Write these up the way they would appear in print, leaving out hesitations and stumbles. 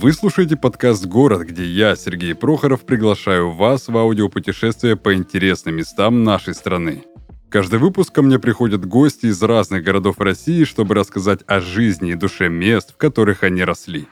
Вы слушаете подкаст «Город», где я, Сергей Прохоров, приглашаю вас в аудиопутешествие по интересным местам нашей страны. Каждый выпуск ко мне приходят гости из разных городов России, чтобы рассказать о жизни и душе мест, в которых они росли.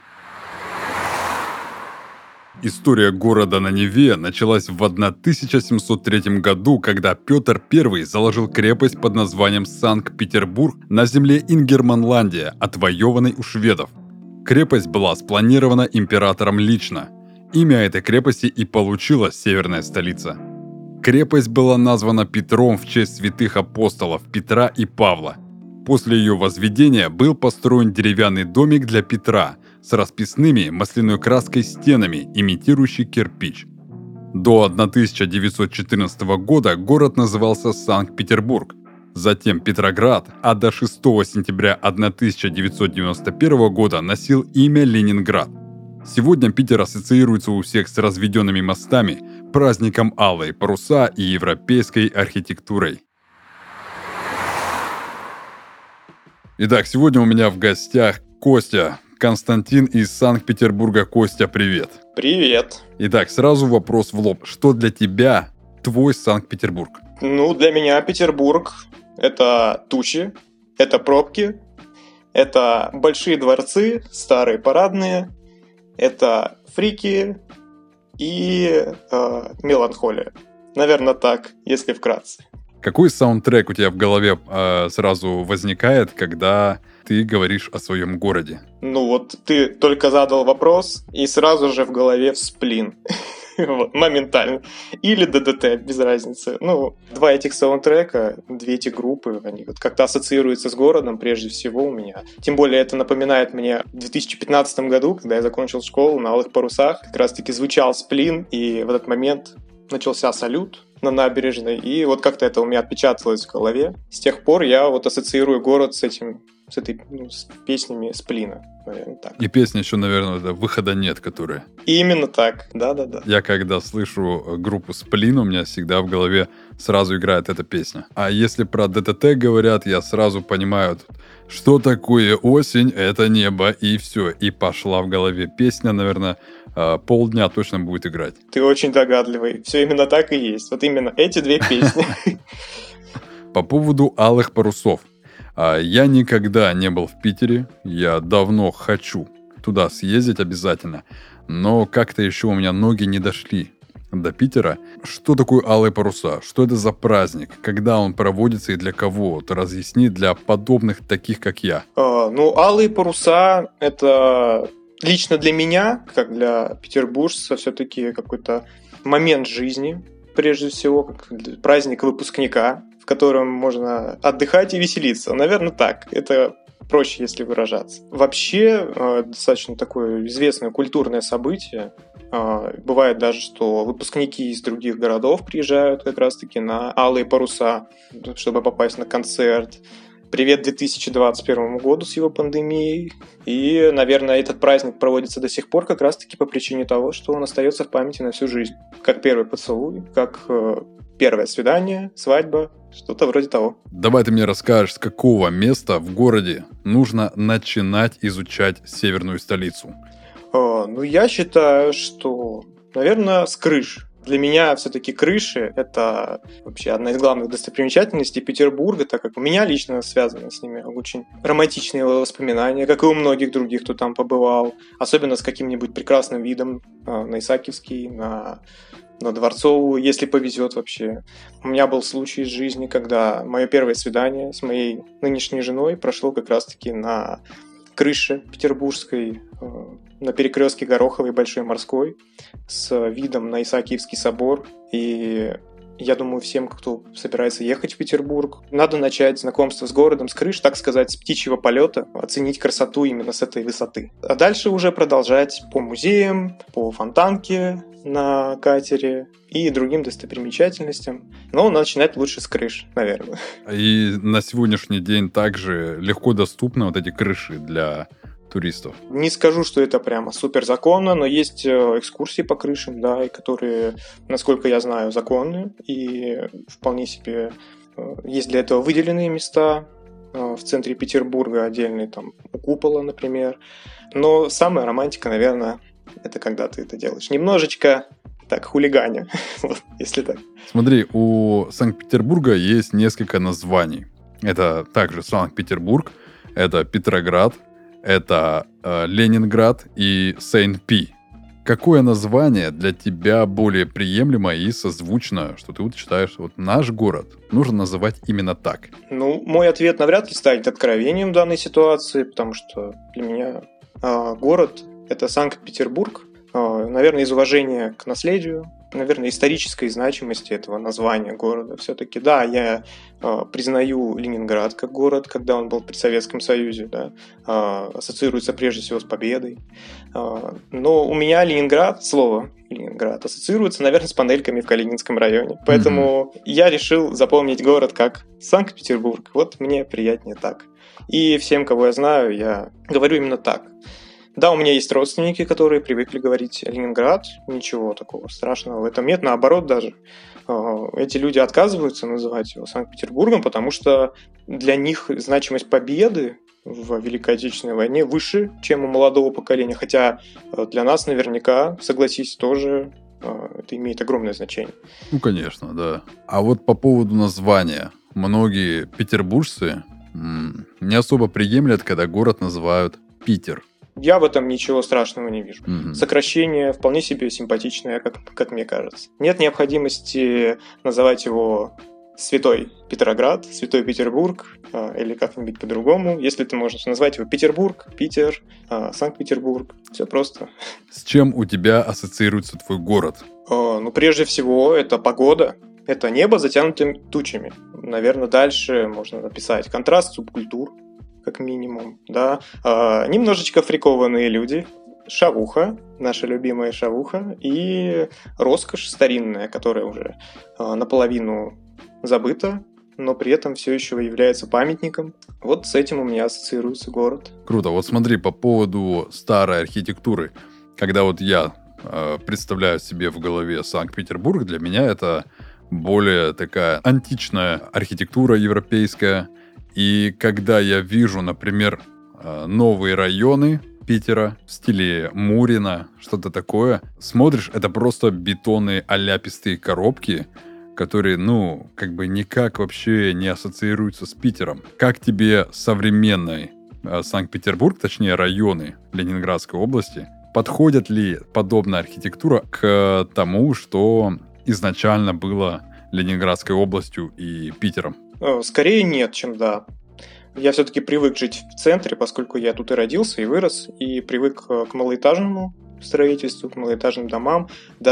История города на Неве началась в 1703 году, когда Петр I заложил крепость под названием Санкт-Петербург на земле Ингерманландия, отвоеванной у шведов. Крепость была спланирована императором лично. Имя этой крепости и получила северная столица. Крепость была названа Петром в честь святых апостолов Петра и Павла. После ее возведения был построен деревянный домик для Петра с расписными масляной краской стенами, имитирующий кирпич. До 1914 года город назывался Санкт-Петербург, затем Петроград, а до 6 сентября 1991 года носил имя Ленинград. Сегодня Питер ассоциируется у всех с разведенными мостами, праздником алые паруса и европейской архитектурой. Итак, сегодня у меня в гостях Костя. Константин из Санкт-Петербурга. Костя, привет. Привет. Итак, сразу вопрос в лоб. Что для тебя твой Санкт-Петербург? Для меня Петербург – это тучи, это пробки, это большие дворцы, старые парадные, это фрики и меланхолия. Наверное, так, если вкратце. Какой саундтрек у тебя в голове сразу возникает, когда ты говоришь о своем городе? Ты только задал вопрос, и сразу же в голове Сплин. Моментально. Или ДДТ, без разницы. Два этих саундтрека, две эти группы, они как-то ассоциируются с городом прежде всего у меня. Тем более это напоминает мне в 2015 году, когда я закончил школу на Алых Парусах, как раз-таки звучал Сплин, и в этот момент начался салют на набережной, и как-то это у меня отпечаталось в голове. С тех пор я ассоциирую город с песнями Сплина, наверное, так. И песня еще, наверное, это «Выхода нет», которая... Именно так, да-да-да. Я когда слышу группу Сплин, у меня всегда в голове сразу играет эта песня. А если про ДТТ говорят, я сразу понимаю, что такое осень, это небо, и все. И пошла в голове песня, наверное, полдня точно будет играть. Ты очень догадливый. Все именно так и есть. Вот именно эти две песни. По поводу «Алых парусов». Я никогда не был в Питере, я давно хочу туда съездить обязательно, но как-то еще у меня ноги не дошли до Питера. Что такое «Алые паруса»? Что это за праздник? Когда он проводится и для кого? Разъясни для подобных таких, как я. «Алые паруса» — это лично для меня, как для петербуржца, все-таки какой-то момент жизни, прежде всего, как праздник выпускника, в котором можно отдыхать и веселиться. Наверное, так. Это проще, если выражаться. Вообще, достаточно такое известное культурное событие. Бывает даже, что выпускники из других городов приезжают как раз-таки на «Алые паруса», чтобы попасть на концерт. Привет 2021 году с его пандемией. И, наверное, этот праздник проводится до сих пор как раз-таки по причине того, что он остается в памяти на всю жизнь. Как первый поцелуй, как первое свидание, свадьба, что-то вроде того. Давай ты мне расскажешь, с какого места в городе нужно начинать изучать северную столицу? Я считаю, что, наверное, с крыш. Для меня все-таки крыши – это вообще одна из главных достопримечательностей Петербурга, так как у меня лично связаны с ними очень романтичные воспоминания, как и у многих других, кто там побывал. Особенно с каким-нибудь прекрасным видом на Исаакиевский, на Дворцовую, если повезет вообще. У меня был случай из жизни, когда мое первое свидание с моей нынешней женой прошло как раз-таки на крыше петербургской, на перекрестке Гороховой и Большой Морской, с видом на Исаакиевский собор. И я думаю, всем, кто собирается ехать в Петербург, надо начать знакомство с городом с крыш, так сказать, с птичьего полета, оценить красоту именно с этой высоты. А дальше уже продолжать по музеям, по Фонтанке на катере и другим достопримечательностям. Но начинать лучше с крыш, наверное. И на сегодняшний день также легко доступны эти крыши для туристов? Не скажу, что это прямо супер законно, но есть экскурсии по крышам, да, и которые, насколько я знаю, законны, и вполне себе есть для этого выделенные места. в центре Петербурга отдельный, там, у Купола, например. Но самая романтика, наверное, это когда ты это делаешь немножечко так, хулиганя, вот, если так. Смотри, у Санкт-Петербурга есть несколько названий. Это также Санкт-Петербург, это Петроград, это Ленинград и Сейнт-Пи. Какое название для тебя более приемлемо и созвучно, что ты вот считаешь, вот наш город нужно называть именно так? Ну, мой ответ навряд ли станет откровением в данной ситуации, потому что для меня город – это Санкт-Петербург. Наверное, из уважения к наследию, наверное, исторической значимости этого названия города. Все-таки, да, я признаю Ленинград как город, когда он был при Советском Союзе, да, ассоциируется прежде всего с победой. Но у меня Ленинград, слово Ленинград, ассоциируется, наверное, с панельками в Калининском районе. Поэтому я решил запомнить город как Санкт-Петербург. Вот мне приятнее так. И всем, кого я знаю, я говорю именно так. Да, у меня есть родственники, которые привыкли говорить Ленинград, ничего такого страшного в этом нет, наоборот даже. Эти люди отказываются называть его Санкт-Петербургом, потому что для них значимость победы в Великой Отечественной войне выше, чем у молодого поколения, хотя для нас наверняка, согласись, тоже это имеет огромное значение. Ну, конечно, да. А вот по поводу названия. Многие петербуржцы не особо приемлят, когда город называют Питер. Я в этом ничего страшного не вижу. Сокращение вполне себе симпатичное, как мне кажется. Нет необходимости называть его Святой Петроград, Святой Петербург или как-нибудь по-другому. Если ты можешь назвать его Петербург, Питер, Санкт-Петербург. Все просто. С чем у тебя ассоциируется твой город? Ну, прежде всего, это погода. Это небо, затянутым тучами. Наверное, дальше можно написать контраст субкультур, как минимум, да. Немножечко фрикованные люди, шавуха, наша любимая шавуха, и роскошь старинная, которая уже наполовину забыта, но при этом все еще является памятником. Вот с этим у меня ассоциируется город. Круто. Вот смотри, по поводу старой архитектуры. Когда вот я представляю себе в голове Санкт-Петербург, для меня это более такая античная архитектура европейская. И когда я вижу, например, новые районы Питера в стиле Мурина, что-то такое, смотришь, это просто бетонные оляпистые коробки, которые, ну, как бы никак вообще не ассоциируются с Питером. Как тебе современный Санкт-Петербург, точнее районы Ленинградской области, подходит ли подобная архитектура к тому, что изначально было Ленинградской областью и Питером? Скорее нет, чем да. Я все-таки привык жить в центре, поскольку я тут и родился, и вырос, и привык к малоэтажному строительству, к малоэтажным домам.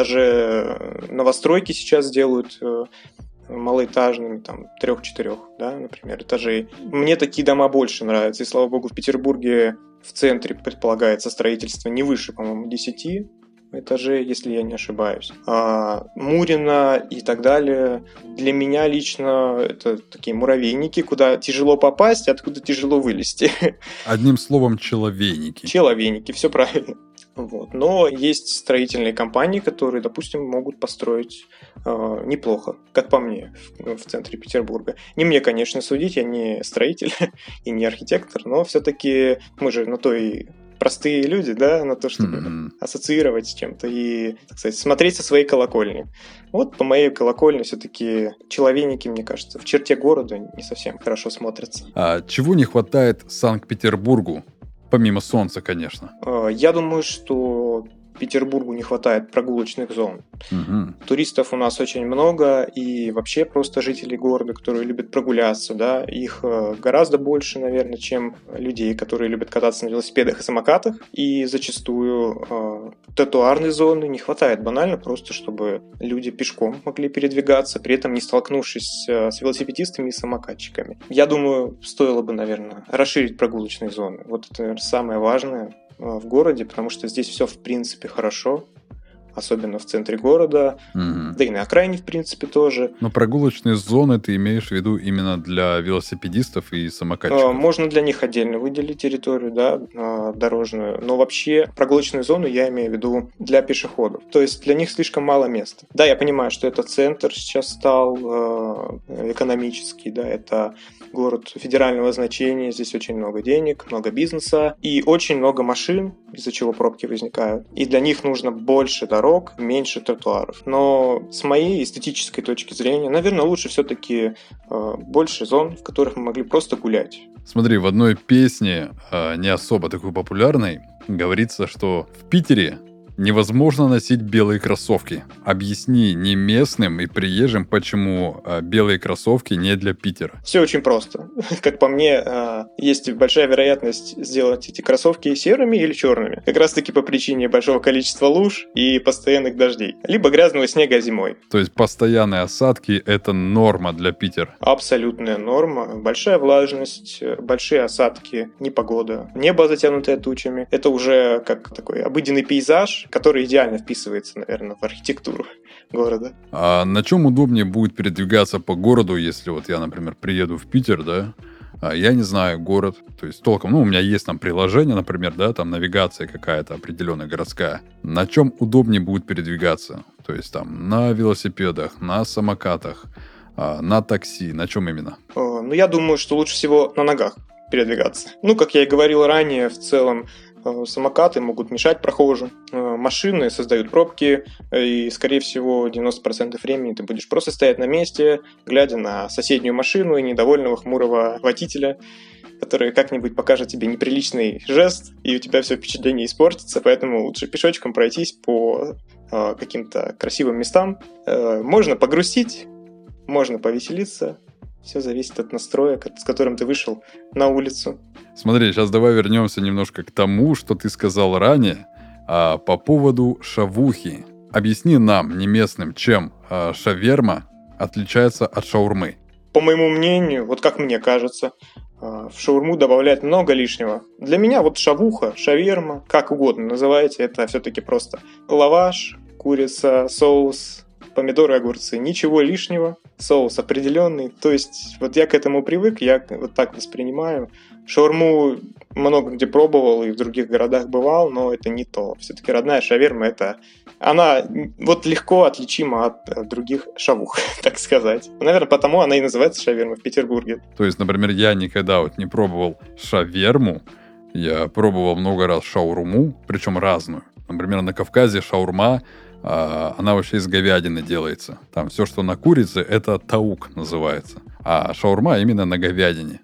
Даже новостройки сейчас делают малоэтажными, там, 3-4, да, например, этажей. Мне такие дома больше нравятся, и, слава богу, в Петербурге в центре предполагается строительство не выше, по-моему, 10 этажей, если я не ошибаюсь. Мурина и так далее. Для меня лично это такие муравейники, куда тяжело попасть, откуда тяжело вылезти. Одним словом, человейники. Человейники, все правильно. Вот. Но есть строительные компании, которые, допустим, могут построить неплохо, как по мне, в центре Петербурга. Не мне, конечно, судить, я не строитель и не архитектор, но все-таки мы же на то и простые люди, да, на то, чтобы ассоциировать с чем-то и, так сказать, смотреть со своей колокольни. Вот по моей колокольне все-таки человейники, мне кажется, в черте города не совсем хорошо смотрятся. А чего не хватает Санкт-Петербургу? Помимо солнца, конечно. Я думаю, что Петербургу не хватает прогулочных зон. Туристов у нас очень много, и вообще просто жителей города, которые любят прогуляться, да, их гораздо больше, наверное, чем людей, которые любят кататься на велосипедах и самокатах. И зачастую тротуарной зоны не хватает банально просто, чтобы люди пешком могли передвигаться, при этом не столкнувшись с велосипедистами и самокатчиками. Я думаю, стоило бы, наверное, расширить прогулочные зоны. Вот это, наверное, самое важное в городе, потому что здесь все в принципе хорошо, особенно в центре города. Да и на окраине, в принципе, тоже. Но прогулочные зоны ты имеешь в виду именно для велосипедистов и самокатчиков? Можно для них отдельно выделить территорию, да, дорожную, но вообще прогулочную зону я имею в виду для пешеходов. То есть для них слишком мало места. Да, я понимаю, что это центр сейчас стал экономический, да, это город федерального значения, здесь очень много денег, много бизнеса и очень много машин, из-за чего пробки возникают. И для них нужно больше дорог, меньше тротуаров. Но с моей эстетической точки зрения, наверное, лучше все-таки больше зон, в которых мы могли просто гулять. Смотри, в одной песне, не особо такой популярной, говорится, что в Питере невозможно носить белые кроссовки. Объясни не местным и приезжим, почему белые кроссовки не для Питера. Все очень просто. Как по мне, есть большая вероятность сделать эти кроссовки серыми или черными. Как раз таки по причине большого количества луж и постоянных дождей. Либо грязного снега зимой. То есть постоянные осадки – это норма для Питера? Абсолютная норма. Большая влажность, большие осадки, непогода. Небо, затянутое тучами. Это уже как такой обыденный пейзаж, который идеально вписывается, наверное, в архитектуру города. А на чем удобнее будет передвигаться по городу, если вот я, например, приеду в Питер, да, я не знаю город, то есть толком, у меня есть там приложение, например, да, там навигация какая-то определенная городская. На чем удобнее будет передвигаться? То есть там на велосипедах, на самокатах, на такси, на чем именно? Я думаю, что лучше всего на ногах передвигаться. Как я и говорил ранее, в целом самокаты могут мешать прохожим, машины создают пробки, и, скорее всего, 90% времени ты будешь просто стоять на месте, глядя на соседнюю машину и недовольного хмурого водителя, который как-нибудь покажет тебе неприличный жест, и у тебя все впечатление испортится, поэтому лучше пешочком пройтись по каким-то красивым местам. Можно погрустить, можно повеселиться. Все зависит от настроя, с которым ты вышел на улицу. Смотри, сейчас давай вернемся немножко к тому, что ты сказал ранее, по поводу шавухи. Объясни нам, не местным, чем шаверма отличается от шаурмы. По моему мнению, вот как мне кажется, в шаурму добавляют много лишнего. Для меня вот шавуха, шаверма, как угодно называйте, это все-таки просто лаваш, курица, соус, помидоры, огурцы. Ничего лишнего. Соус определенный. То есть вот я к этому привык, я вот так воспринимаю. Шаурму много где пробовал и в других городах бывал, но это не то. Все-таки родная шаверма, она вот легко отличима от других шавух, так сказать. Наверное, потому она и называется шаверма в Петербурге. То есть, например, я никогда не пробовал шаверму, я пробовал много раз шаурму, причем разную. Например, на Кавказе шаурма, она вообще из говядины делается. Там все, что на курице, это таук называется. А шаурма именно на говядине.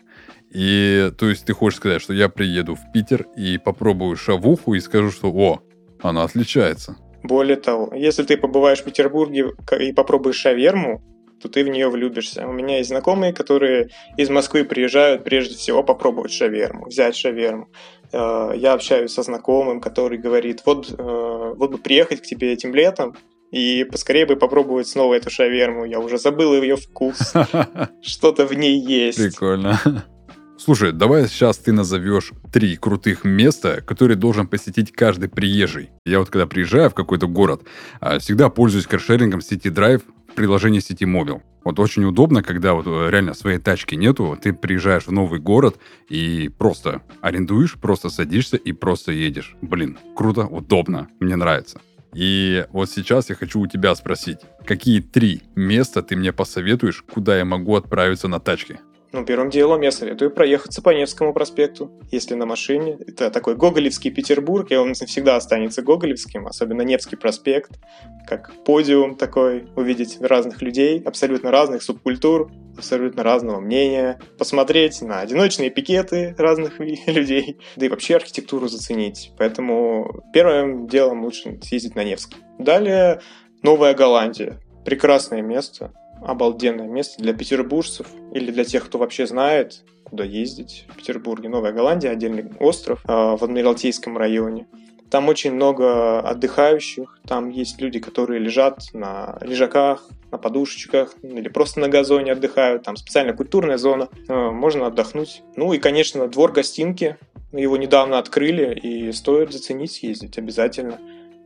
И, то есть, ты хочешь сказать, что я приеду в Питер и попробую шавуху и скажу, что, она отличается. Более того, если ты побываешь в Петербурге и попробуешь шаверму, то ты в нее влюбишься. У меня есть знакомые, которые из Москвы приезжают прежде всего попробовать шаверму, взять шаверму. Я общаюсь со знакомым, который говорит, вот бы приехать к тебе этим летом и поскорее бы попробовать снова эту шаверму. Я уже забыл ее вкус. Что-то в ней есть. Прикольно. Слушай, давай сейчас ты назовешь 3 крутых места, которые должен посетить каждый приезжий. Я вот когда приезжаю в какой-то город, всегда пользуюсь каршерингом City Drive в приложении City Mobile. Вот очень удобно, когда вот реально своей тачки нету, ты приезжаешь в новый город и просто арендуешь, просто садишься и просто едешь. Блин, круто, удобно, мне нравится. И вот сейчас я хочу у тебя спросить, какие 3 места ты мне посоветуешь, куда я могу отправиться на тачке? Первым делом я советую проехаться по Невскому проспекту, если на машине. Это такой гоголевский Петербург, и он всегда останется гоголевским, особенно Невский проспект, как подиум такой, увидеть разных людей, абсолютно разных субкультур, абсолютно разного мнения, посмотреть на одиночные пикеты разных людей, да и вообще архитектуру заценить. Поэтому первым делом лучше съездить на Невский. Далее Новая Голландия. Прекрасное место. Обалденное место для петербуржцев или для тех, кто вообще знает, куда ездить в Петербурге. Новая Голландия, отдельный остров в Адмиралтейском районе. Там очень много отдыхающих, там есть люди, которые лежат на лежаках, на подушечках или просто на газоне отдыхают. Там специальная культурная зона, можно отдохнуть. И, конечно, двор гостинки. Его недавно открыли и стоит заценить, съездить обязательно.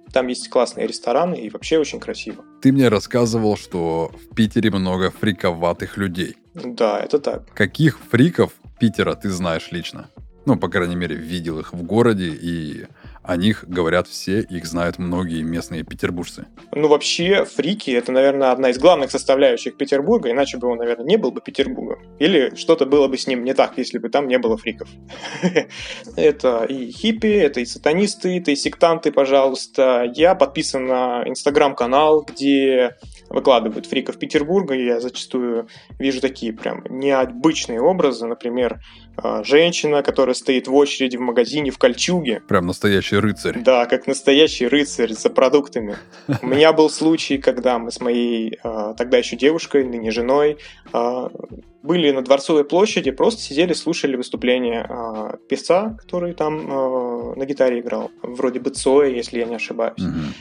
Там есть классные рестораны и вообще очень красиво. Ты мне рассказывал, что в Питере много фриковатых людей. Да, это так. Каких фриков Питера ты знаешь лично? Ну, по крайней мере, видел их в городе, и о них говорят все, их знают многие местные петербуржцы. Ну, вообще, фрики — это, наверное, одна из главных составляющих Петербурга, иначе бы он, наверное, не был бы Петербургом. Или что-то было бы с ним не так, если бы там не было фриков. Это и хиппи, это и сатанисты, это и сектанты, пожалуйста. Я подписан на инстаграм-канал, где выкладывают фриков Петербурга, и я зачастую вижу такие прям необычные образы. Например, женщина, которая стоит в очереди в магазине в кольчуге. Прям настоящий рыцарь. Да, как настоящий рыцарь за продуктами. У меня был случай, когда мы с моей тогда еще девушкой, ныне женой, были на Дворцовой площади, просто сидели, слушали выступление певца, который там на гитаре играл. Вроде бы Цоя, если я не ошибаюсь.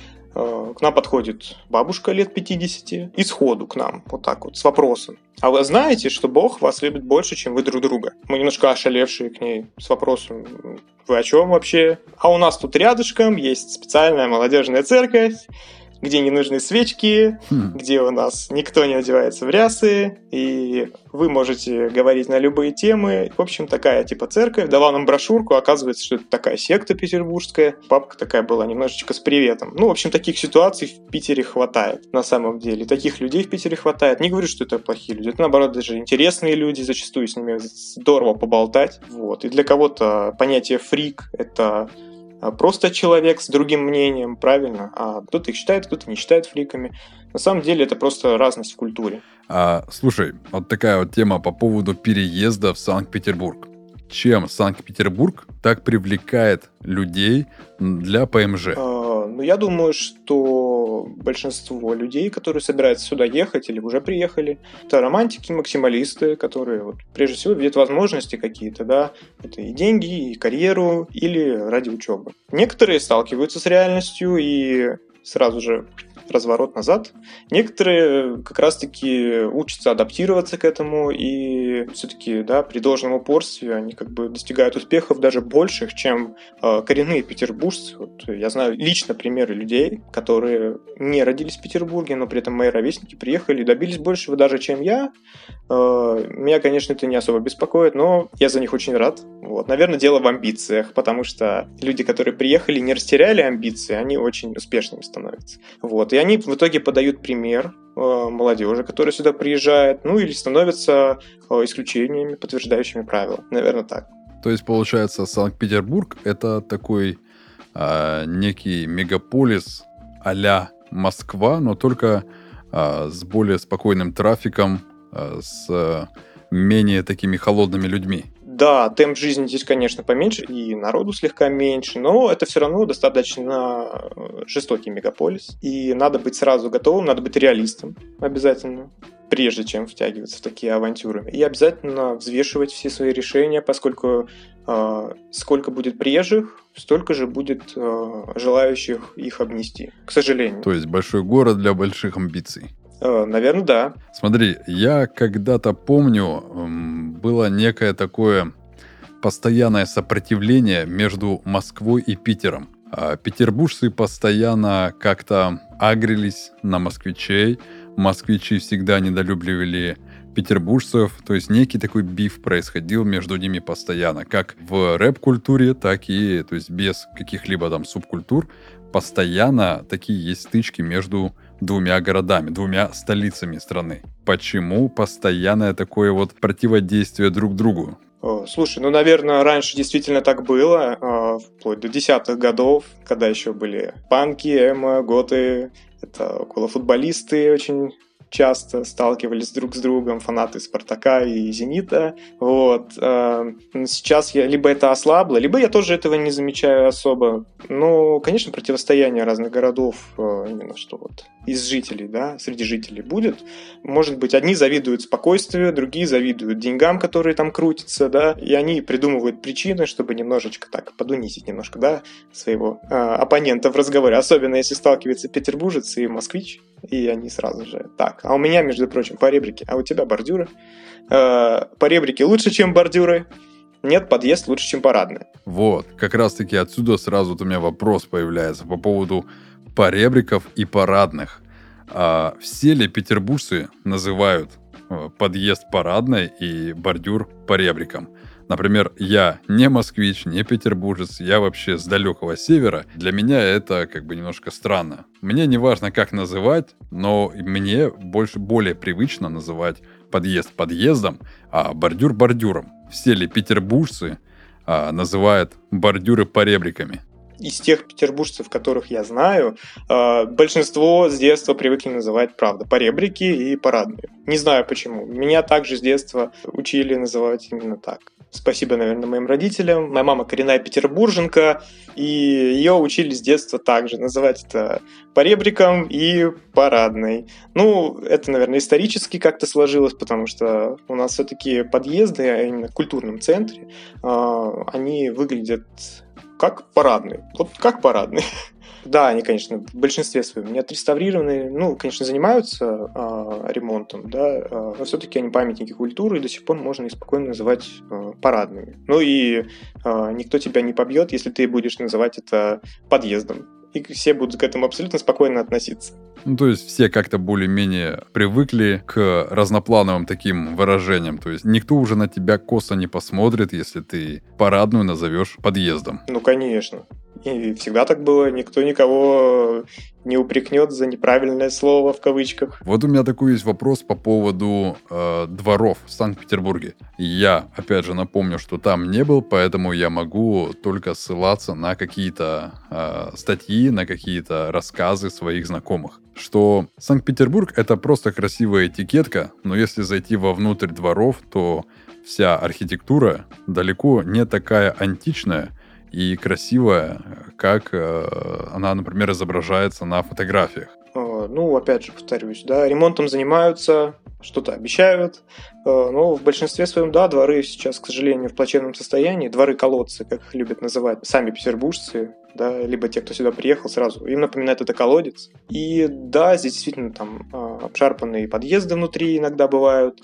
К нам подходит бабушка лет 50 и сходу к нам, вот так вот, с вопросом. А вы знаете, что Бог вас любит больше, чем вы друг друга? Мы немножко ошалевшие к ней с вопросом: вы о чем вообще? А у нас тут рядышком есть специальная молодежная церковь, где не нужны свечки, где у нас никто не одевается в рясы, и вы можете говорить на любые темы. В общем, такая типа церковь. Дала нам брошюрку, оказывается, что это такая секта петербургская. Папка такая была немножечко с приветом. Ну, в общем, таких ситуаций в Питере хватает, на самом деле. Таких людей в Питере хватает. Не говорю, что это плохие люди. Это, наоборот, даже интересные люди. Зачастую с ними здорово поболтать. Вот. И для кого-то понятие фрик — это просто человек с другим мнением, правильно? А кто-то их считает, кто-то не считает фриками. На самом деле это просто разность в культуре. Слушай, вот такая вот тема по поводу переезда в Санкт-Петербург. Чем Санкт-Петербург так привлекает людей для ПМЖ? Ну, я думаю, что большинство людей, которые собираются сюда ехать или уже приехали, это романтики, максималисты, которые вот, прежде всего видят возможности какие-то, да, это и деньги, и карьеру, или ради учебы. Некоторые сталкиваются с реальностью и сразу же разворот назад. Некоторые как раз-таки учатся адаптироваться к этому, и все-таки, да, при должном упорстве они как бы достигают успехов даже больших, чем коренные петербуржцы. Вот я знаю лично примеры людей, которые не родились в Петербурге, но при этом мои ровесники приехали и добились большего даже, чем я. Меня, конечно, это не особо беспокоит, но я за них очень рад. Вот. Наверное, дело в амбициях, потому что люди, которые приехали, не растеряли амбиции, они очень успешными становятся. Вот. И они в итоге подают пример молодежи, которая сюда приезжает, ну или становятся исключениями, подтверждающими правила. Наверное, так. То есть, получается, Санкт-Петербург — это такой некий мегаполис а-ля Москва, но только с более спокойным трафиком, с менее такими холодными людьми. Да, темп жизни здесь, конечно, поменьше, и народу слегка меньше, но это все равно достаточно жестокий мегаполис. И надо быть сразу готовым, надо быть реалистом обязательно, прежде чем втягиваться в такие авантюры. И обязательно взвешивать все свои решения, поскольку сколько будет приезжих, столько же будет желающих их обнести, к сожалению. То есть большой город для больших амбиций. Наверное, да. Смотри, я когда-то помню, было некое такое постоянное сопротивление между Москвой и Питером. Петербуржцы постоянно как-то агрились на москвичей, москвичи всегда недолюбливали петербуржцев, то есть некий такой биф происходил между ними постоянно, как в рэп-культуре, так и, то есть без каких-либо там субкультур, постоянно такие есть стычки между двумя городами, двумя столицами страны. Почему постоянное такое вот противодействие друг другу? Слушай, ну, наверное, раньше действительно так было, вплоть до 10-х годов, когда еще были панки, эмо, готы, это околофутболисты очень часто сталкивались друг с другом, фанаты «Спартака» и «Зенита». Вот. Сейчас либо это ослабло, либо я тоже этого не замечаю особо. Но, конечно, противостояние разных городов, именно что вот из жителей, да, среди жителей будет. Может быть, одни завидуют спокойствию, другие завидуют деньгам, которые там крутятся, да, и они придумывают причины, чтобы немножечко так подунизить немножко, да, своего оппонента в разговоре. Особенно, если сталкивается петербуржец и москвич, и они сразу же так. А у меня, между прочим, поребрики, а у тебя бордюры. Поребрики лучше, чем бордюры. Нет, подъезд лучше, чем парадный. Вот, как раз-таки отсюда сразу у меня вопрос появляется по поводу поребриков и парадных. А все ли петербуржцы называют подъезд парадной и бордюр поребриком? Например, я не москвич, не петербуржец, я вообще с далекого севера. Для меня это как бы немножко странно. Мне не важно, как называть, но мне более привычно называть подъезд подъездом, а бордюр бордюром. Все ли петербуржцы называют бордюры поребриками? Из тех петербуржцев, которых я знаю, большинство с детства привыкли называть, правда, поребрики и парадные. Не знаю почему. Меня также с детства учили называть именно так. Спасибо, наверное, моим родителям. Моя мама коренная петербурженка, и ее учили с детства также называть это поребриком и парадной. Ну, это, наверное, исторически как-то сложилось, потому что у нас все-таки подъезды, а именно в культурном центре, они выглядят как парадные. Вот как парадные. Да, они, конечно, в большинстве своем не отреставрированы, ну, конечно, занимаются ремонтом, да, но все-таки они памятники культуры, и до сих пор можно их спокойно называть парадными. Ну и никто тебя не побьет, если ты будешь называть это подъездом. И все будут к этому абсолютно спокойно относиться. Ну, то есть все как-то более-менее привыкли к разноплановым таким выражениям. То есть никто уже на тебя косо не посмотрит, если ты парадную назовешь подъездом. Ну, конечно. И всегда так было. Никто никого не упрекнет за неправильное слово в кавычках. Вот у меня такой есть вопрос по поводу дворов в Санкт-Петербурге. Я, опять же, напомню, что там не был, поэтому я могу только ссылаться на какие-то статьи, на какие-то рассказы своих знакомых. Что Санкт-Петербург — это просто красивая этикетка, но если зайти вовнутрь дворов, то вся архитектура далеко не такая античная и красивая, как она, например, изображается на фотографиях. Ну, опять же, повторюсь, да, ремонтом занимаются, что-то обещают, но в большинстве своем, да, дворы сейчас, к сожалению, в плачевном состоянии, дворы-колодцы, как их любят называть сами петербуржцы, да, либо те, кто сюда приехал сразу, им напоминает это колодец. И да, здесь действительно там обшарпанные подъезды внутри иногда бывают,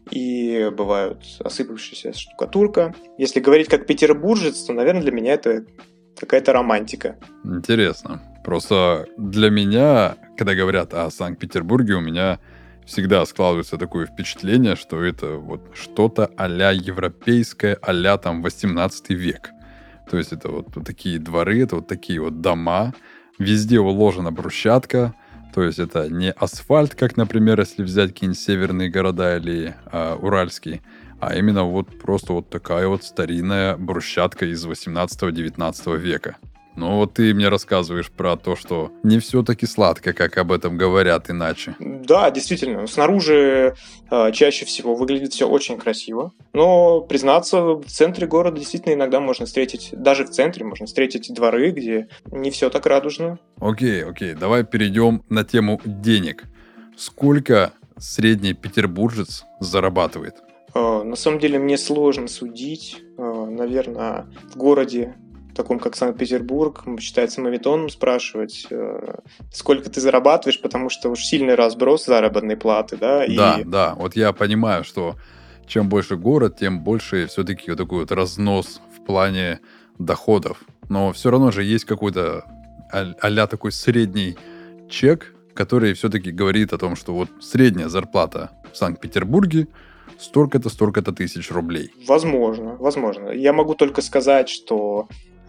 и бывают осыпавшаяся штукатурка. Если говорить как петербуржец, то, наверное, для меня это какая-то романтика. Интересно. Просто для меня, когда говорят о Санкт-Петербурге, у меня всегда складывается такое впечатление, что это вот что-то а-ля европейское, а-ля там 18 век. То есть это вот такие дворы, это вот такие вот дома, везде уложена брусчатка. То есть это не асфальт, как, например, если взять какие-нибудь северные города или уральские, а именно вот просто вот такая вот старинная брусчатка из 18-19 века. Ну вот ты мне рассказываешь про то, что не все-таки сладко, как об этом говорят иначе. Да, действительно. Снаружи чаще всего выглядит все очень красиво. Но, признаться, в центре города действительно иногда можно встретить, даже в центре можно встретить дворы, где не все так радужно. Окей, давай перейдем на тему денег. Сколько средний петербуржец зарабатывает? На самом деле мне сложно судить. Наверное, в городе таком, как Санкт-Петербург, считается моветоном спрашивать, сколько ты зарабатываешь, потому что уж сильный разброс заработной платы, да? Да, вот я понимаю, что чем больше город, тем больше все-таки вот такой вот разнос в плане доходов. Но все равно же есть какой-то а-ля такой средний чек, который все-таки говорит о том, что вот средняя зарплата в Санкт-Петербурге столько-то тысяч рублей. Возможно. Я могу только сказать, что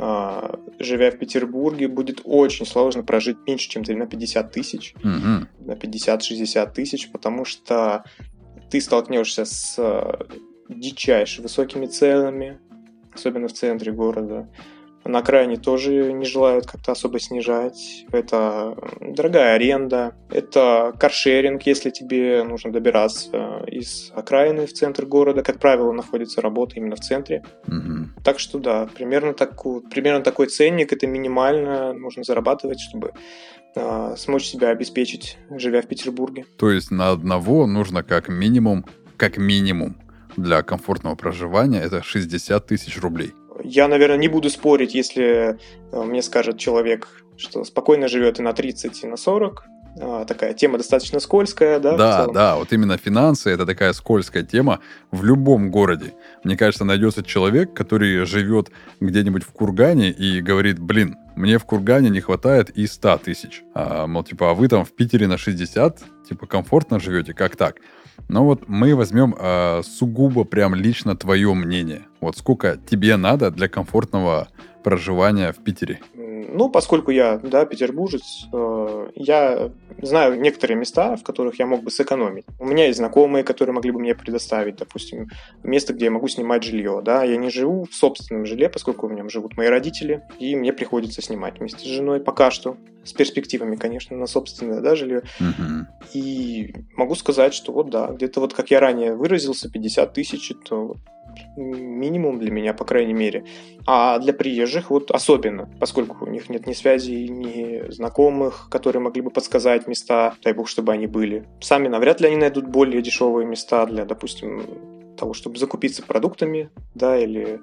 живя в Петербурге, будет очень сложно прожить меньше, чем на 50 тысяч, на 50-60 тысяч, потому что ты столкнешься с дичайше высокими ценами, особенно в центре города. На окраине тоже не желают как-то особо снижать. Это дорогая аренда, это каршеринг, если тебе нужно добираться из окраины в центр города. Как правило, находится работа именно в центре. Угу. Так что да, примерно такой ценник, это минимально нужно зарабатывать, чтобы смочь себя обеспечить, живя в Петербурге. То есть на одного нужно как минимум для комфортного проживания это 60 тысяч рублей. Я, наверное, не буду спорить, если мне скажет человек, что спокойно живет и на 30, и на 40. такая тема достаточно скользкая, да? Да, вот именно финансы – это такая скользкая тема в любом городе. Мне кажется, найдется человек, который живет где-нибудь в Кургане и говорит, блин, мне в Кургане не хватает и 100 тысяч. А вы там в Питере на 60, комфортно живете, как так? Но вот мы возьмем сугубо прям лично твое мнение. Вот сколько тебе надо для комфортного проживания в Питере? Ну, поскольку я, петербуржец, я знаю некоторые места, в которых я мог бы сэкономить. У меня есть знакомые, которые могли бы мне предоставить, допустим, место, где я могу снимать жилье. Да? Я не живу в собственном жилье, поскольку в нем живут мои родители, и мне приходится снимать вместе с женой пока что. С перспективами, конечно, на собственное жилье. Угу. И могу сказать, что где-то как я ранее выразился, 50 тысяч, это минимум для меня, по крайней мере. А для приезжих особенно, поскольку у них нет ни связей, ни знакомых, которые могли бы подсказать места, дай бог, чтобы они были. Сами навряд ли они найдут более дешевые места для, допустим, того, чтобы закупиться продуктами, или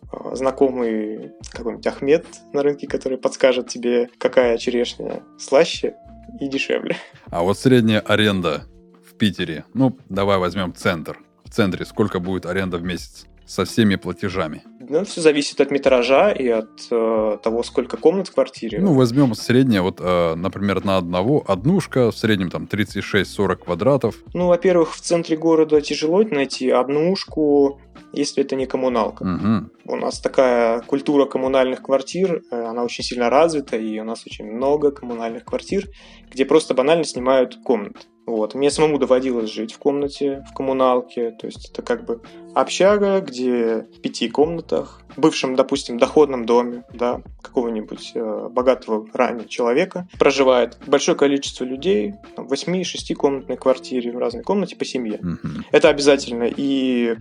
знакомый какой-нибудь Ахмед на рынке, который подскажет тебе, какая черешня слаще и дешевле. А вот средняя аренда в Питере, давай возьмем центр. В центре сколько будет аренда в месяц со всеми платежами? Все зависит от метража и от того, сколько комнат в квартире. Возьмем среднее, например, на однушка, в среднем 36-40 квадратов. Во-первых, в центре города тяжело найти однушку, если это не коммуналка. Угу. У нас такая культура коммунальных квартир, она очень сильно развита, и у нас очень много коммунальных квартир, где просто банально снимают комнаты. Мне самому доводилось жить в комнате, в коммуналке, то есть это общага, где в 5 комнатах, в бывшем, допустим, доходном доме, какого-нибудь богатого ранее человека проживает большое количество людей в 8-6-комнатной квартире, в разной комнате по семье. Mm-hmm. Это обязательно. И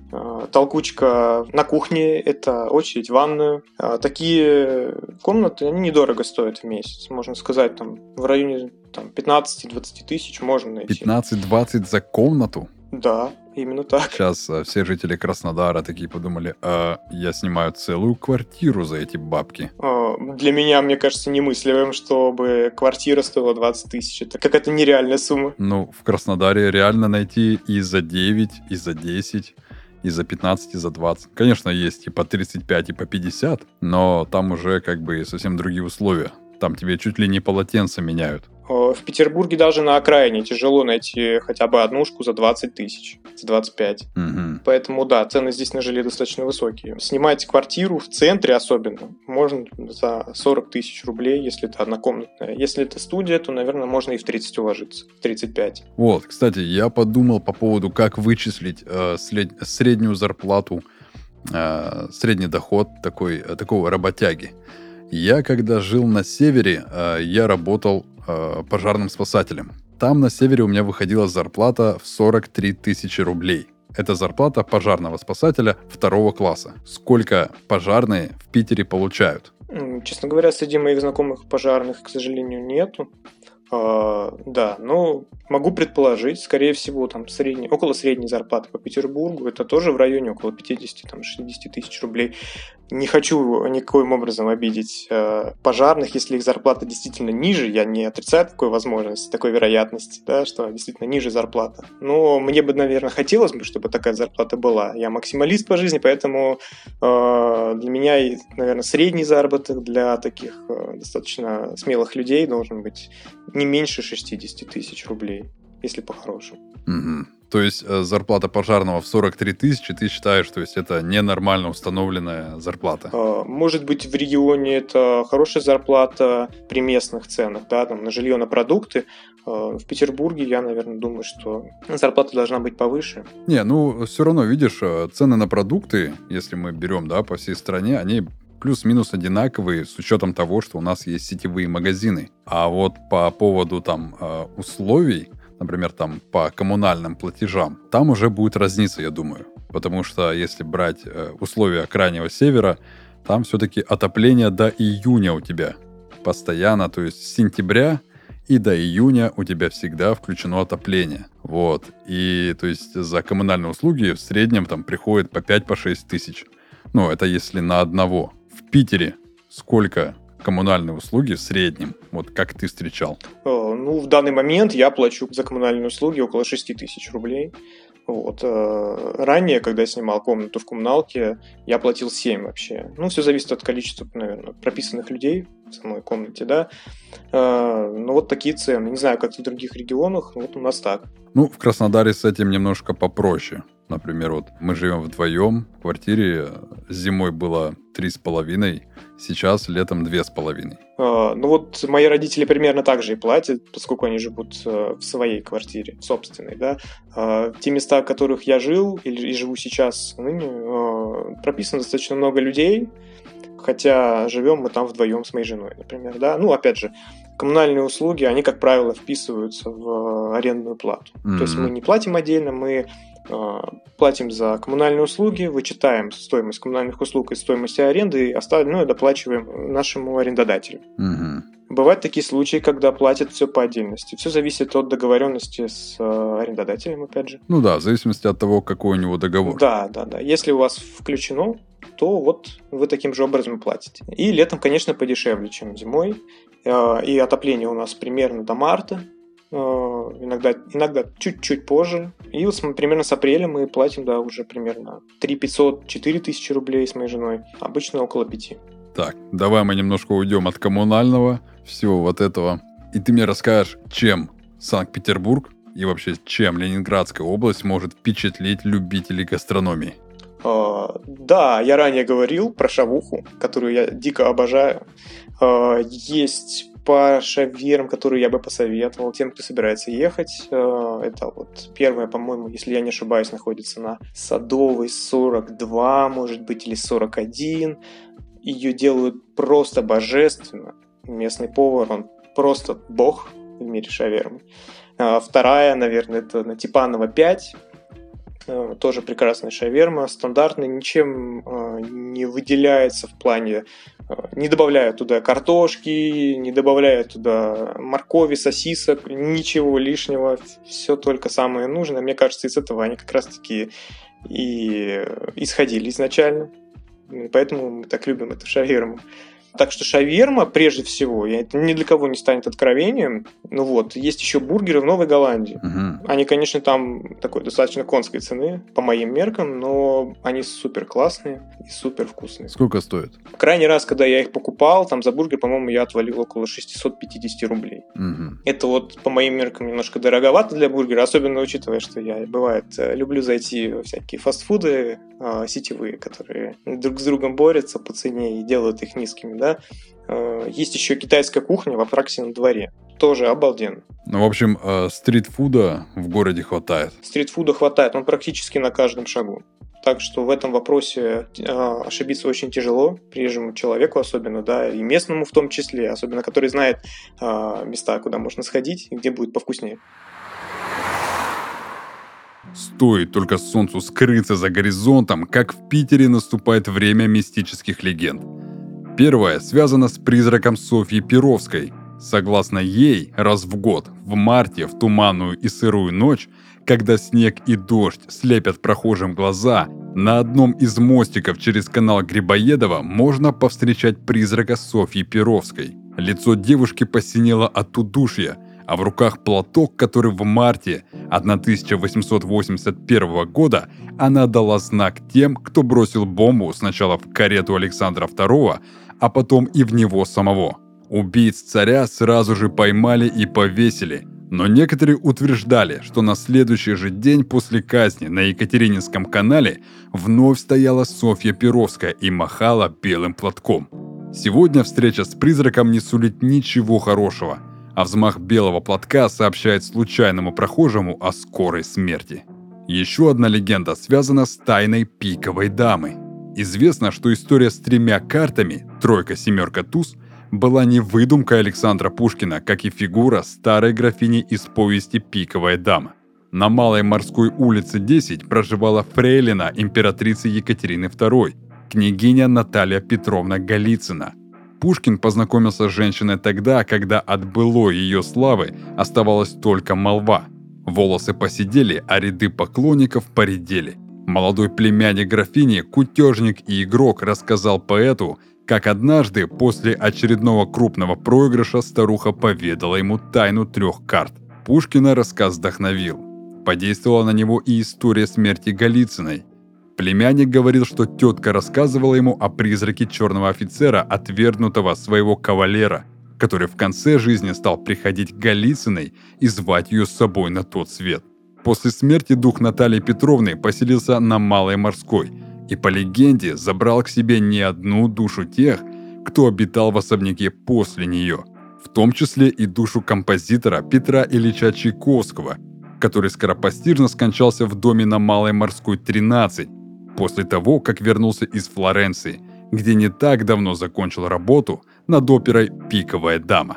толкучка на кухне, это очередь в ванную. Такие комнаты, они недорого стоят в месяц, можно сказать, в районе 15-20 тысяч можно найти. 15-20 за комнату? Да, именно так. Сейчас все жители Краснодара такие подумали, я снимаю целую квартиру за эти бабки. Для меня, мне кажется, немыслимым, чтобы квартира стоила 20 тысяч. Это какая-то нереальная сумма. В Краснодаре реально найти и за 9, и за 10, и за 15, и за 20. Конечно, есть и по 35, и по 50, но там уже совсем другие условия. Там тебе чуть ли не полотенца меняют. В Петербурге даже на окраине тяжело найти хотя бы однушку за 20 тысяч, за 25. Угу. Поэтому, цены здесь на жилье достаточно высокие. Снимать квартиру в центре особенно можно за 40 тысяч рублей, если это однокомнатная. Если это студия, то, наверное, можно и в 30 уложиться, в 35. Кстати, я подумал по поводу, как вычислить среднюю зарплату, средний доход такого работяги. Я, когда жил на севере, я работал пожарным спасателем. Там на севере у меня выходила зарплата в 43 тысячи рублей. Это зарплата пожарного спасателя 2 класса. Сколько пожарные в Питере получают? Честно говоря, среди моих знакомых пожарных, к сожалению, нету. Но могу предположить, скорее всего, около средней зарплаты по Петербургу, это тоже в районе около 50-60 тысяч рублей. Не хочу никоим образом обидеть пожарных, если их зарплата действительно ниже, я не отрицаю такой возможности, такой вероятности, что действительно ниже зарплата. Но мне бы, наверное, хотелось бы, чтобы такая зарплата была. Я максималист по жизни, поэтому для меня, наверное, средний заработок для таких достаточно смелых людей должен быть не меньше 60 тысяч рублей, если по-хорошему. Угу. То есть зарплата пожарного в 43 тысячи, ты считаешь, то есть это ненормально установленная зарплата? Может быть, в регионе это хорошая зарплата при местных ценах, на жилье, на продукты. В Петербурге я, наверное, думаю, что зарплата должна быть повыше. Все равно, видишь, цены на продукты, если мы берем, по всей стране, они плюс-минус одинаковые с учетом того, что у нас есть сетевые магазины. А вот по поводу условий, например, по коммунальным платежам, там уже будет разница, я думаю. Потому что если брать условия крайнего севера, там все-таки отопление до июня у тебя постоянно, то есть с сентября и до июня у тебя всегда включено отопление. И то есть за коммунальные услуги в среднем приходит по 5-6 тысяч. Это если на одного. В Питере сколько коммунальные услуги в среднем? Вот как ты встречал? Ну, в данный момент я плачу за коммунальные услуги около 6 тысяч рублей. Вот. Ранее, когда я снимал комнату в коммуналке, я платил 7 вообще. Ну, все зависит от количества, наверное, прописанных людей в самой комнате, да. Ну, вот такие цены. Не знаю, как в других регионах, но вот у нас так. Ну, в Краснодаре с этим немножко попроще. Например, вот мы живем вдвоем в квартире, зимой было 3,5, сейчас летом 2,5. Ну вот мои родители примерно так же и платят, поскольку они живут в своей квартире, собственной, да. Те места, в которых я жил и живу сейчас ныне, прописано достаточно много людей, хотя живем мы там вдвоем с моей женой, например, да. Ну, опять же, коммунальные услуги, они, как правило, вписываются в арендную плату. То есть мы не платим отдельно, мы платим за коммунальные услуги, вычитаем стоимость коммунальных услуг из стоимости аренды и остальное доплачиваем нашему арендодателю. Бывают такие случаи, когда платят все по отдельности. Все зависит от договоренности с арендодателем, опять же. Ну да, в зависимости от того, какой у него договор. Да. Если у вас включено, то вот вы таким же образом платите. И летом, конечно, подешевле, чем зимой. И отопление у нас примерно до марта. Иногда чуть-чуть позже. И вот примерно с апреля мы платим, да, уже примерно 3 500, 4 тысячи рублей с моей женой. Обычно около 5. Так, давай мы немножко уйдем от коммунального, всего вот этого. И ты мне расскажешь, чем Санкт-Петербург и вообще чем Ленинградская область может впечатлить любителей гастрономии. Да, я ранее говорил про шавуху, которую я дико обожаю. Есть пара шаверм, которую я бы посоветовал тем, кто собирается ехать. Это вот первая, по-моему, если я не ошибаюсь, находится на Садовой 42, может быть, или 41. Ее делают просто божественно. Местный повар, он просто бог в мире шавермы. Вторая, наверное, это на Типанова 5. Тоже прекрасная шаверма, стандартная, ничем не выделяется в плане, не добавляя туда картошки, не добавляя туда моркови, сосисок, ничего лишнего, все только самое нужное. Мне кажется, из этого они как раз-таки и исходили изначально, поэтому мы так любим эту шаверму. Так что шаверма, прежде всего, это ни для кого не станет откровением. Ну вот, есть еще бургеры в Новой Голландии. Они, конечно, там такой достаточно конской цены, по моим меркам, но они супер классные и супер вкусные. Сколько стоит? Крайний раз, когда я их покупал, там за бургер, по-моему, я отвалил около 650 рублей. Это вот, по моим меркам, немножко дороговато для бургера, особенно учитывая, что я, бывает, люблю зайти во всякие фастфуды сетевые, которые друг с другом борются по цене и делают их низкими, да. Есть еще китайская кухня во Апраксином дворе. Тоже обалденно. Ну, в общем, стритфуда в городе хватает. Стритфуда хватает, он практически на каждом шагу. Так что в этом вопросе ошибиться очень тяжело, приезжему человеку особенно, да, и местному в том числе, особенно который знает места, куда можно сходить и где будет повкуснее. Стоит только солнцу скрыться за горизонтом, как в Питере наступает время мистических легенд. Первая связана с призраком Софьи Перовской. Согласно ей, раз в год, в марте, в туманную и сырую ночь, когда снег и дождь слепят прохожим глаза, на одном из мостиков через канал Грибоедова можно повстречать призрака Софьи Перовской. Лицо девушки посинело от удушья, а в руках платок, который в марте 1881 года она дала знак тем, кто бросил бомбу сначала в карету Александра II, а потом и в него самого. Убийц царя сразу же поймали и повесили, но некоторые утверждали, что на следующий же день после казни на Екатерининском канале вновь стояла Софья Перовская и махала белым платком. Сегодня встреча с призраком не сулит ничего хорошего, а взмах белого платка сообщает случайному прохожему о скорой смерти. Еще одна легенда связана с тайной пиковой дамы. Известно, что история с 3 картами, тройка, семерка, туз, была не выдумкой Александра Пушкина, как и фигура старой графини из повести «Пиковая дама». На Малой Морской улице 10 проживала фрейлина императрицы Екатерины II, княгиня Наталья Петровна Голицына. Пушкин познакомился с женщиной тогда, когда от былой ее славы оставалась только молва. Волосы поседели, а ряды поклонников поредели. Молодой племянник графини, кутежник и игрок рассказал поэту, Как однажды после очередного крупного проигрыша старуха поведала ему тайну 3 карт. Пушкина рассказ вдохновил. Подействовала на него и история смерти Голицыной. Племянник говорил, что тетка рассказывала ему о призраке черного офицера, отвергнутого своего кавалера, который в конце жизни стал приходить к Голицыной и звать ее с собой на тот свет. После смерти дух Натальи Петровны поселился на Малой Морской и, по легенде, забрал к себе не одну душу тех, кто обитал в особняке после нее, в том числе и душу композитора Петра Ильича Чайковского, который скоропостижно скончался в доме на Малой Морской 13, после того, как вернулся из Флоренции, где не так давно закончил работу над оперой «Пиковая дама».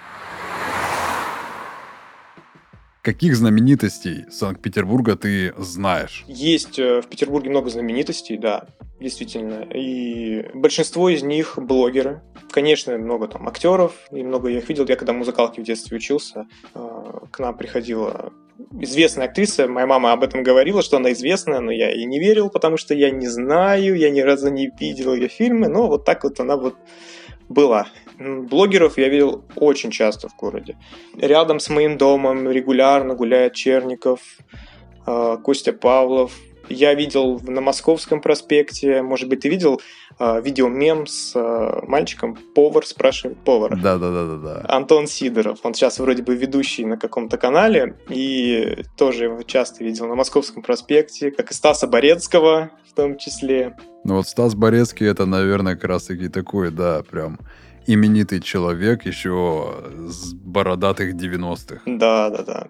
Каких знаменитостей Санкт-Петербурга ты знаешь? Есть в Петербурге много знаменитостей, да, действительно. И большинство из них блогеры. Конечно, много там актеров, и много я их видел. Я когда в музыкалке в детстве учился, к нам приходила известная актриса. Моя мама об этом говорила, что она известная, но я ей не верил, потому что я не знаю, я ни разу не видел ее фильмы, но вот так вот она вот была. Блогеров я видел очень часто в городе. Рядом с моим домом регулярно гуляет Черников, Костя Павлов. Я видел на Московском проспекте, может быть, ты видел видеомем с мальчиком, повар спрашивает повара. Да. Антон Сидоров. Он сейчас вроде бы ведущий на каком-то канале, и тоже его часто видел на Московском проспекте, как и Стаса Борецкого в том числе. Ну вот Стас Борецкий — это, наверное, как раз-таки такой, да, прям именитый человек еще с бородатых 90-х. Да.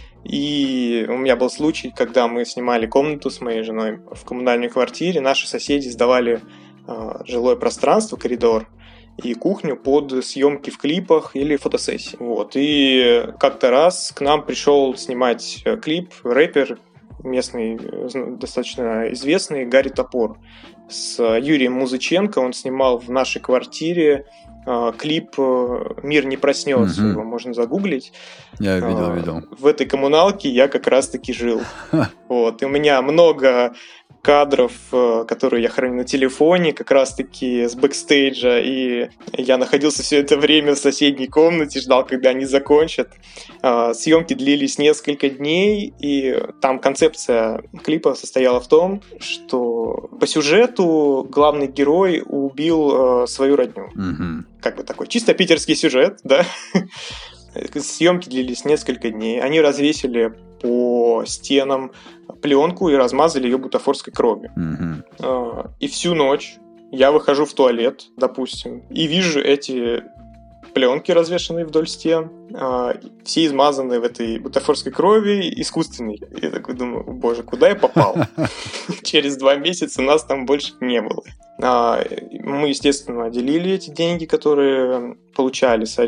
И у меня был случай, когда мы снимали комнату с моей женой в коммунальной квартире. Наши соседи сдавали жилое пространство, коридор и кухню под съемки в клипах или фотосессии. Вот. И как-то раз к нам пришел снимать клип рэпер местный, достаточно известный, Гарри Топор. С Юрием Музыченко он снимал в нашей квартире клип «Мир не проснется», его можно загуглить. Я видел. В этой коммуналке я как раз-таки жил. Вот. И у меня много кадров, которые я храню на телефоне, как раз-таки с бэкстейджа, и я находился все это время в соседней комнате, ждал, когда они закончат. Съемки длились несколько дней, и там концепция клипа состояла в том, что по сюжету главный герой убил свою родню. Как бы такой чисто питерский сюжет, да? Съемки длились несколько дней. Они развесили по стенам пленку и размазали ее бутафорской кровью. И всю ночь я выхожу в туалет, допустим, и вижу эти пленки, развешанные вдоль стен, все измазанные в этой бутафорской крови, искусственной. Я такой думаю, боже, куда я попал? Через 2 месяца нас там больше не было. Мы, естественно, делили эти деньги, которые получали с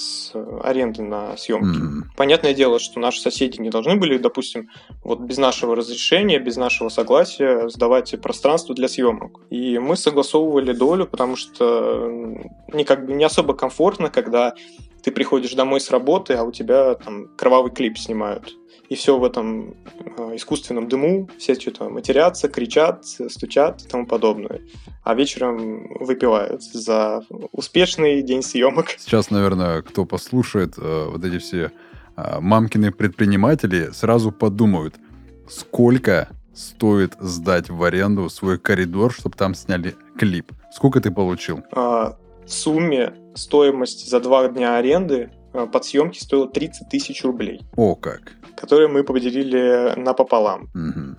аренды на съемки. Понятное дело, что наши соседи не должны были, допустим, вот без нашего разрешения, без нашего согласия сдавать пространство для съемок. И мы согласовывали долю, потому что не особо комфортно, когда ты приходишь домой с работы, а у тебя там кровавый клип снимают. И все в этом искусственном дыму, все что-то матерятся, кричат, стучат и тому подобное. А вечером выпивают за успешный день съемок. Сейчас, наверное, кто послушает вот эти все мамкины предприниматели, сразу подумают, сколько стоит сдать в аренду свой коридор, чтобы там сняли клип. Сколько ты получил? В сумме стоимость за 2 дня аренды под съемки стоила 30 тысяч рублей. О, как! Которые мы поделили напополам.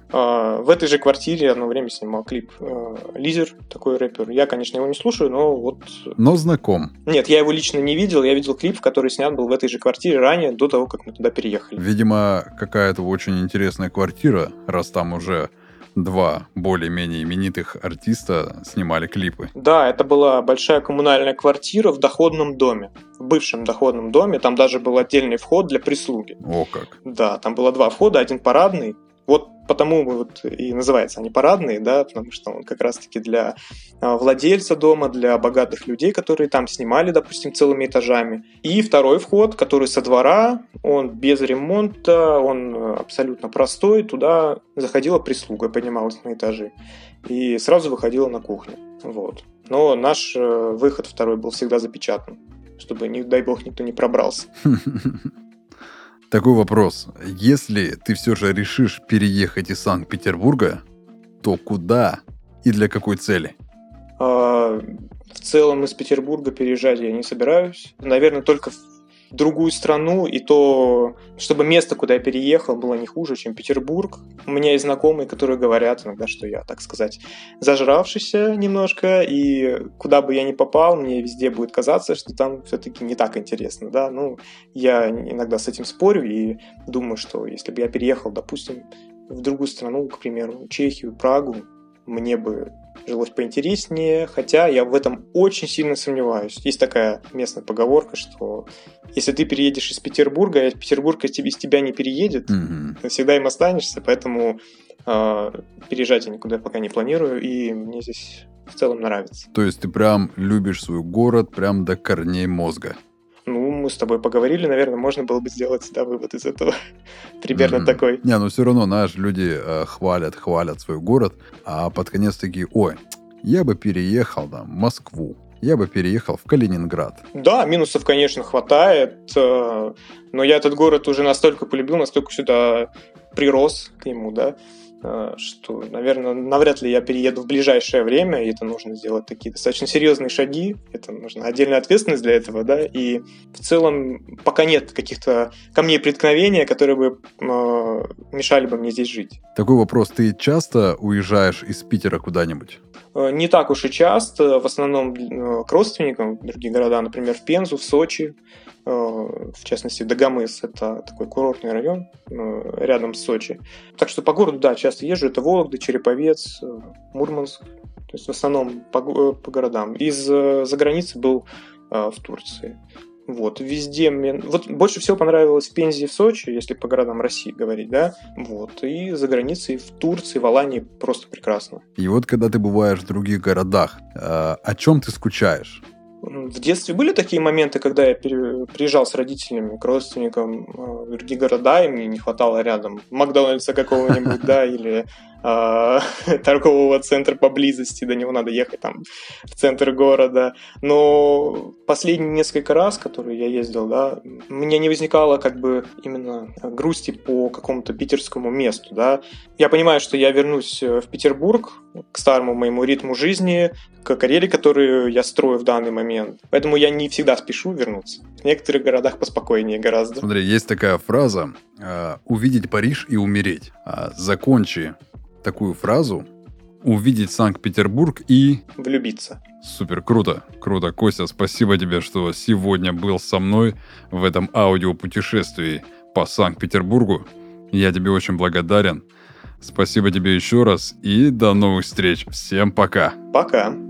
В этой же квартире одно время снимал клип Лизер, такой рэпер. Я, конечно, его не слушаю, но вот... Но знаком. Нет, я его лично не видел. Я видел клип, который снят был в этой же квартире ранее, до того, как мы туда переехали. Видимо, какая-то очень интересная квартира, раз там уже 2 более-менее именитых артиста снимали клипы. Да, это была большая коммунальная квартира в доходном доме. В бывшем доходном доме. Там даже был отдельный вход для прислуги. О, как! Да, там было 2 входа, один парадный. Вот потому вот и называются они парадные, да, потому что он как раз-таки для владельца дома, для богатых людей, которые там снимали, допустим, целыми этажами. И второй вход, который со двора, он без ремонта, он абсолютно простой, туда заходила прислуга, поднималась на этажи и сразу выходила на кухню. Вот. но наш выход второй был всегда запечатан, чтобы, не дай бог, никто не пробрался. Такой вопрос. Если ты все же решишь переехать из Санкт-Петербурга, то куда и для какой цели? В целом из Петербурга переезжать я не собираюсь. Наверное, только в другую страну, и то, чтобы место, куда я переехал, было не хуже, чем Петербург. У меня есть знакомые, которые говорят иногда, что я, так сказать, зажравшийся немножко, и куда бы я ни попал, мне везде будет казаться, что там все-таки не так интересно, да. Я иногда с этим спорю и думаю, что если бы я переехал, допустим, в другую страну, к примеру, Чехию, Прагу, мне бы жилось поинтереснее, хотя я в этом очень сильно сомневаюсь. Есть такая местная поговорка, что если ты переедешь из Петербурга, а Петербург из тебя не переедет, ты всегда им останешься, поэтому переезжать я никуда пока не планирую, и мне здесь в целом нравится. То есть ты прям любишь свой город прям до корней мозга? Мы с тобой поговорили, наверное, можно было бы сделать вывод из этого. Примерно такой. Не, все равно, знаешь, люди хвалят свой город, а под конец такие, ой, я бы переехал в Москву, я бы переехал в Калининград. Да, минусов, конечно, хватает, но я этот город уже настолько полюбил, настолько сюда прирос к нему, да, что, наверное, навряд ли я перееду в ближайшее время, и это нужно сделать такие достаточно серьезные шаги, это нужна отдельная ответственность для этого, да, и в целом пока нет каких-то камней преткновения, которые бы мешали бы мне здесь жить. Такой вопрос, ты часто уезжаешь из Питера куда-нибудь? Не так уж и часто, в основном к родственникам в другие города, например, в Пензу, в Сочи, в частности, Дагомыс, это такой курортный район рядом с Сочи. Так что по городу, да, часто езжу, это Вологда, Череповец, Мурманск, то есть в основном по городам. За границей был в Турции. Везде мне... больше всего понравилось в Пензе и в Сочи, если по городам России говорить, да, и за границей в Турции, в Алании просто прекрасно. И когда ты бываешь в других городах, о чем ты скучаешь? В детстве были такие моменты, когда я приезжал с родителями к родственникам в другие города, и мне не хватало рядом Макдональдса какого-нибудь, да, или торгового центра поблизости, до него надо ехать там в центр города. Но последние несколько раз, которые я ездил, да, у меня не возникало именно грусти по какому-то питерскому месту, да. Я понимаю, что я вернусь в Петербург к старому моему ритму жизни, к карьере, которую я строю в данный момент. Поэтому я не всегда спешу вернуться. В некоторых городах поспокойнее гораздо. Смотри, есть такая фраза «увидеть Париж и умереть». Закончи такую фразу «увидеть Санкт-Петербург и...» влюбиться. Супер, круто. Круто, Костя, спасибо тебе, что сегодня был со мной в этом аудиопутешествии по Санкт-Петербургу. Я тебе очень благодарен. Спасибо тебе еще раз и до новых встреч. Всем пока. Пока.